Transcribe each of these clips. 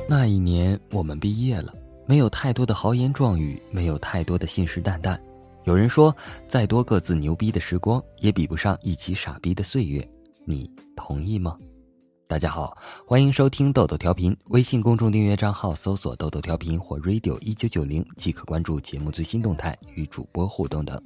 那一年我们毕业了，没有太多的豪言壮语，没有太多的信誓旦旦。有人说，再多各自牛逼的时光，也比不上一起傻逼的岁月。你同意吗？大家好，欢迎收听豆豆调频，微信公众订阅账号搜索豆豆调频或 radio 1990即可关注节目最新动态与主播互动等。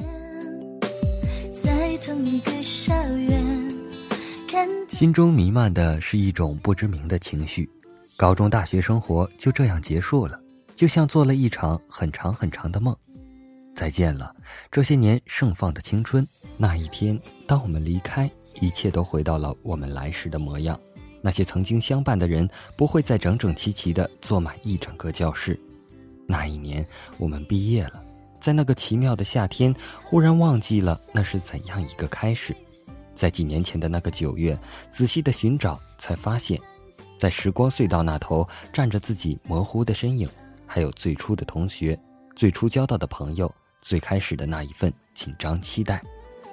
在同一个校园，心中弥漫的是一种不知名的情绪，高中大学生活就这样结束了，就像做了一场很长很长的梦。再见了，这些年盛放的青春。那一天，当我们离开，一切都回到了我们来时的模样。那些曾经相伴的人，不会再整整齐齐地坐满一整个教室。那一年，我们毕业了，在那个奇妙的夏天，忽然忘记了那是怎样一个开始。在几年前的那个9月，仔细地寻找，才发现，在时光隧道那头站着自己模糊的身影，还有最初的同学，最初交到的朋友，最开始的那一份紧张期待。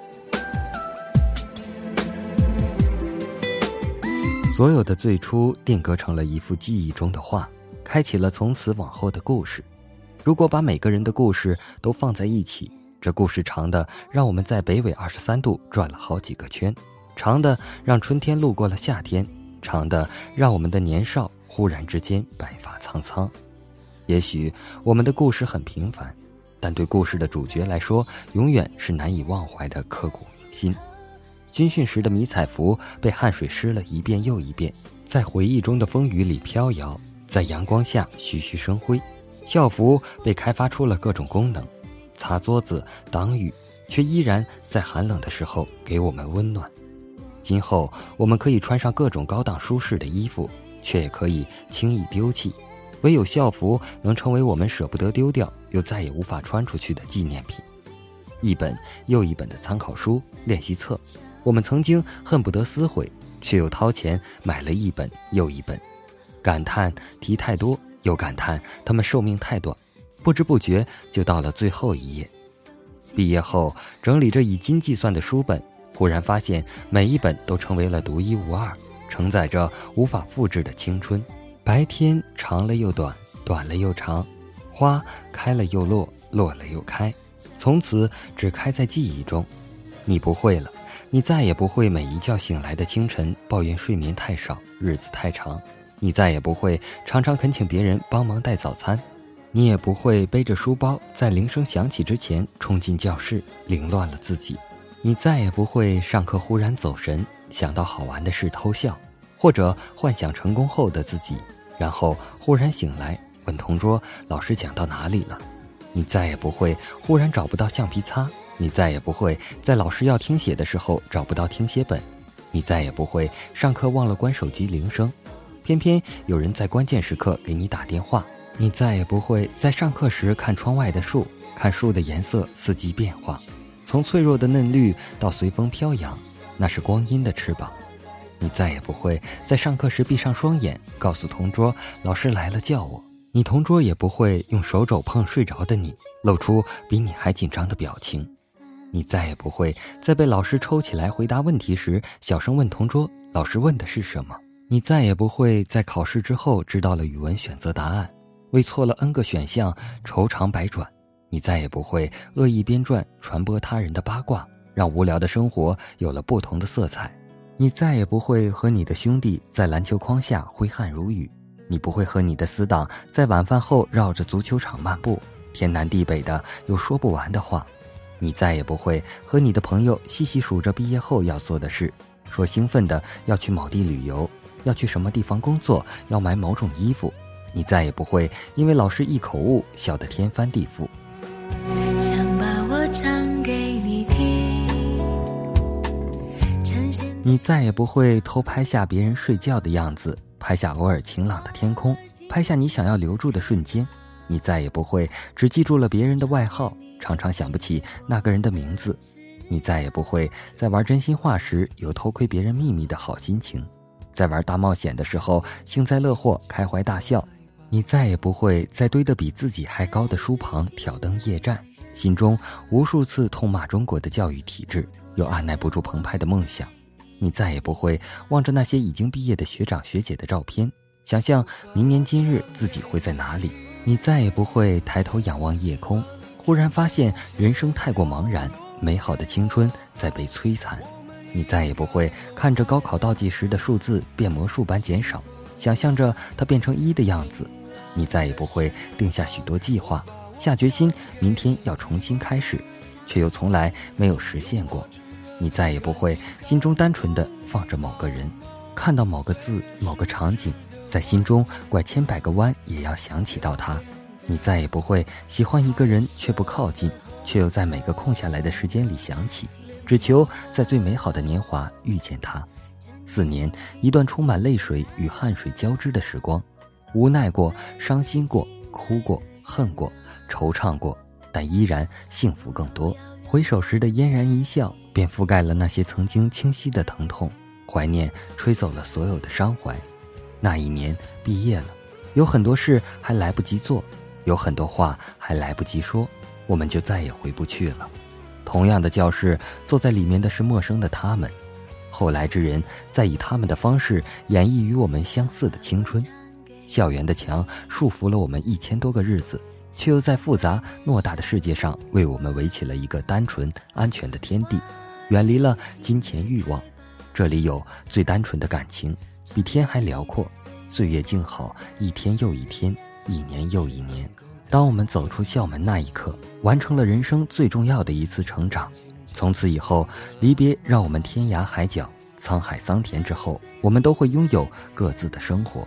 所有的最初定格成了一幅记忆中的画，开启了从此往后的故事。如果把每个人的故事都放在一起，这故事长的让我们在北纬23度转了好几个圈，长的让春天路过了夏天，长的让我们的年少忽然之间白发苍苍。也许我们的故事很平凡，但对故事的主角来说，永远是难以忘怀的刻骨铭心。军训时的迷彩服被汗水湿了一遍又一遍，在回忆中的风雨里飘摇，在阳光下徐徐生辉。校服被开发出了各种功能，擦桌子挡雨，却依然在寒冷的时候给我们温暖。今后我们可以穿上各种高档舒适的衣服，却也可以轻易丢弃，唯有校服能成为我们舍不得丢掉又再也无法穿出去的纪念品。一本又一本的参考书、练习册，我们曾经恨不得撕毁，却又掏钱买了一本又一本，感叹题太多，又感叹他们寿命太短，不知不觉就到了最后一页。毕业后整理着以斤计算的书本，忽然发现每一本都成为了独一无二，承载着无法复制的青春。白天长了又短，短了又长，花开了又落，落了又开，从此只开在记忆中。你不会了，你再也不会每一觉醒来的清晨抱怨睡眠太少，日子太长。你再也不会常常恳请别人帮忙带早餐，你也不会背着书包在铃声响起之前冲进教室，凌乱了自己。你再也不会上课忽然走神，想到好玩的事偷笑，或者幻想成功后的自己，然后忽然醒来问同桌老师讲到哪里了。你再也不会忽然找不到橡皮擦，你再也不会在老师要听写的时候找不到听写本，你再也不会上课忘了关手机铃声，偏偏有人在关键时刻给你打电话。你再也不会在上课时看窗外的树，看树的颜色四季变化，从脆弱的嫩绿到随风飘扬，那是光阴的翅膀。你再也不会在上课时闭上双眼，告诉同桌老师来了叫我。你同桌也不会用手肘碰睡着的你，露出比你还紧张的表情。你再也不会在被老师抽起来回答问题时，小声问同桌老师问的是什么。你再也不会在考试之后知道了语文选择答案，为错了 N 个选项愁肠百转。你再也不会恶意编撰传播他人的八卦，让无聊的生活有了不同的色彩。你再也不会和你的兄弟在篮球框下挥汗如雨，你不会和你的死党在晚饭后绕着足球场漫步，天南地北的有说不完的话。你再也不会和你的朋友细细数着毕业后要做的事，说兴奋的要去某地旅游，要去什么地方工作，要买某种衣服。你再也不会因为老师一口误笑得天翻地覆。想把我唱给你听。你再也不会偷拍下别人睡觉的样子，拍下偶尔晴朗的天空，拍下你想要留住的瞬间。你再也不会只记住了别人的外号，常常想不起那个人的名字。你再也不会在玩真心话时有偷窥别人秘密的好心情，在玩大冒险的时候幸灾乐祸开怀大笑。你再也不会在堆得比自己还高的书旁挑灯夜战，心中无数次痛骂中国的教育体制，又按耐不住澎湃的梦想。你再也不会望着那些已经毕业的学长学姐的照片， 想象明年今日自己会在哪里。你再也不会抬头仰望夜空，忽然发现人生太过茫然，美好的青春在被摧残。你再也不会看着高考倒计时的数字变魔术般减少，想象着它变成1的样子。你再也不会定下许多计划，下决心明天要重新开始，却又从来没有实现过。你再也不会心中单纯地放着某个人，看到某个字某个场景，在心中拐千百个弯也要想起到他。你再也不会喜欢一个人却不靠近，却又在每个空下来的时间里想起，只求在最美好的年华遇见他。4年，一段充满泪水与汗水交织的时光，无奈过，伤心过，哭过，恨过，惆怅过，但依然幸福更多。回首时的嫣然一笑，便覆盖了那些曾经清晰的疼痛，怀念吹走了所有的伤怀。那一年毕业了，有很多事还来不及做，有很多话还来不及说，我们就再也回不去了。同样的教室，坐在里面的是陌生的他们，后来之人再以他们的方式演绎与我们相似的青春。校园的墙束缚了我们1000多个日子，却又在复杂偌大的世界上为我们围起了一个单纯安全的天地，远离了金钱欲望。这里有最单纯的感情，比天还辽阔，岁月静好，一天又一天，一年又一年。当我们走出校门那一刻，完成了人生最重要的一次成长。从此以后，离别让我们天涯海角，沧海桑田之后，我们都会拥有各自的生活。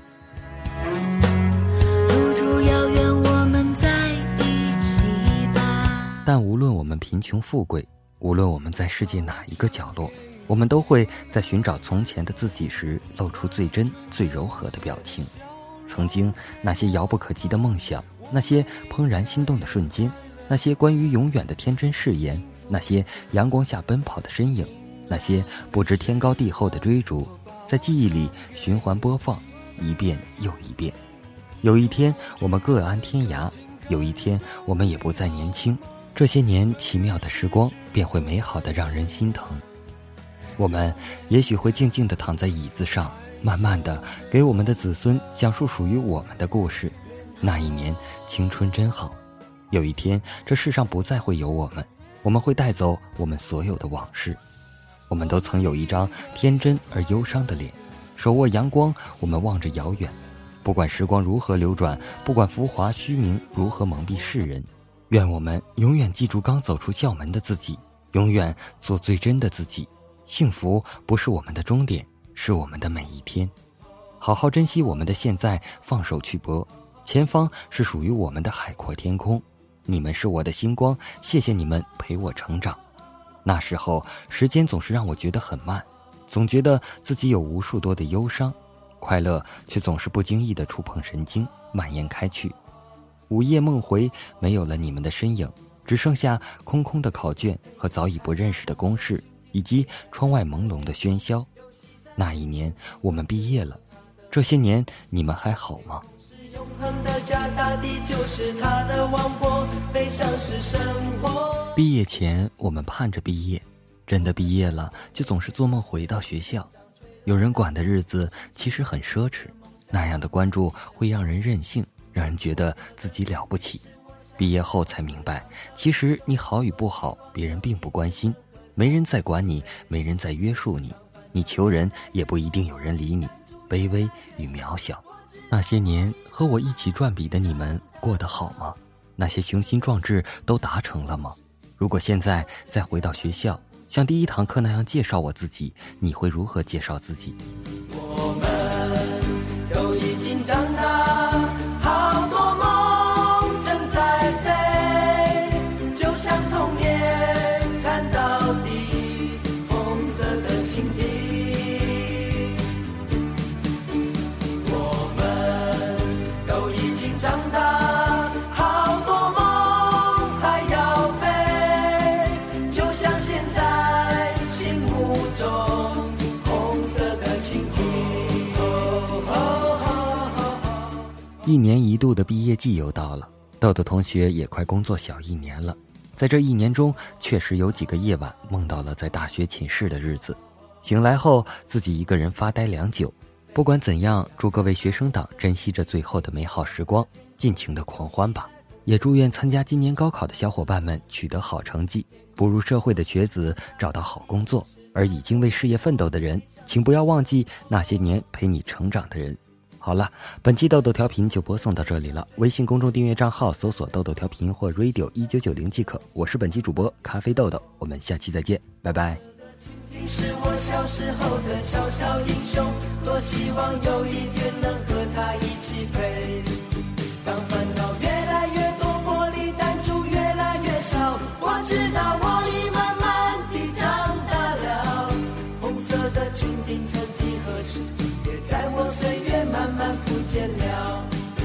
路途遥远，我们在一起吧。 但无论我们贫穷富贵，无论我们在世界哪一个角落，我们都会在寻找从前的自己时露出最真最柔和的表情。曾经那些遥不可及的梦想，那些怦然心动的瞬间，那些关于永远的天真誓言，那些阳光下奔跑的身影，那些不知天高地厚的追逐，在记忆里循环播放，一遍又一遍。有一天我们各安天涯，有一天我们也不再年轻，这些年奇妙的时光便会美好的让人心疼。我们也许会静静地躺在椅子上，慢慢地给我们的子孙讲述属于我们的故事。那一年青春真好。有一天这世上不再会有我们，我们会带走我们所有的往事。我们都曾有一张天真而忧伤的脸，手握阳光，我们望着遥远。不管时光如何流转，不管浮华虚名如何蒙蔽世人，愿我们永远记住刚走出校门的自己，永远做最真的自己。幸福不是我们的终点，是我们的每一天。好好珍惜我们的现在，放手去搏，前方是属于我们的海阔天空。你们是我的星光，谢谢你们陪我成长。那时候时间总是让我觉得很慢，总觉得自己有无数多的忧伤，快乐却总是不经意地触碰神经，蔓延开去。午夜梦回，没有了你们的身影，只剩下空空的考卷和早已不认识的公式，以及窗外朦胧的喧嚣。那一年我们毕业了，这些年你们还好吗？ 永恒的家，大地就是他的王国，悲伤是生活。 毕业前我们盼着毕业，真的毕业了就总是做梦回到学校。有人管的日子其实很奢侈，那样的关注会让人任性，让人觉得自己了不起。毕业后才明白，其实你好与不好别人并不关心，没人在管你，没人在约束你，你求人也不一定有人理你，卑微与渺小。那些年和我一起转笔的你们过得好吗？那些雄心壮志都达成了吗？如果现在再回到学校，像第一堂课那样介绍我自己，你会如何介绍自己？ 我们都已经长大，好多梦正在飞，就像童年看到底红色的蜻蜓。我们都已经长大，好多梦还要飞，就像现在心目中红色的蜻蜓。 一年一度的毕业季又到了，豆豆同学也快工作小1年了。在这1年中，确实有几个夜晚梦到了在大学寝室的日子。醒来后，自己一个人发呆良久， 不管怎样，祝各位学生党珍惜着最后的美好时光，尽情的狂欢吧。也祝愿参加今年高考的小伙伴们取得好成绩，步入社会的学子找到好工作，而已经为事业奋斗的人，请不要忘记那些年陪你成长的人。好了，本期豆豆调频就播送到这里了。微信公众订阅账号搜索豆豆调频或 radio1990 即可。我是本期主播咖啡豆豆，我们下期再见，拜拜。 是我小时候的小小英雄，多希望有一天能和他一起飞。当烦恼越来越多，玻璃弹珠越来越少，我知道我已慢慢地长大了。红色的蜻蜓曾几何时也在我岁月慢慢不见了。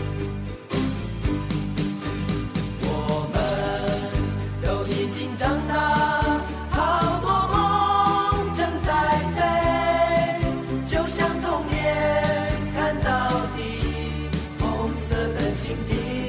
我们都已经长大，好多梦正在飞，就像童年看到的红色的蜻蜓。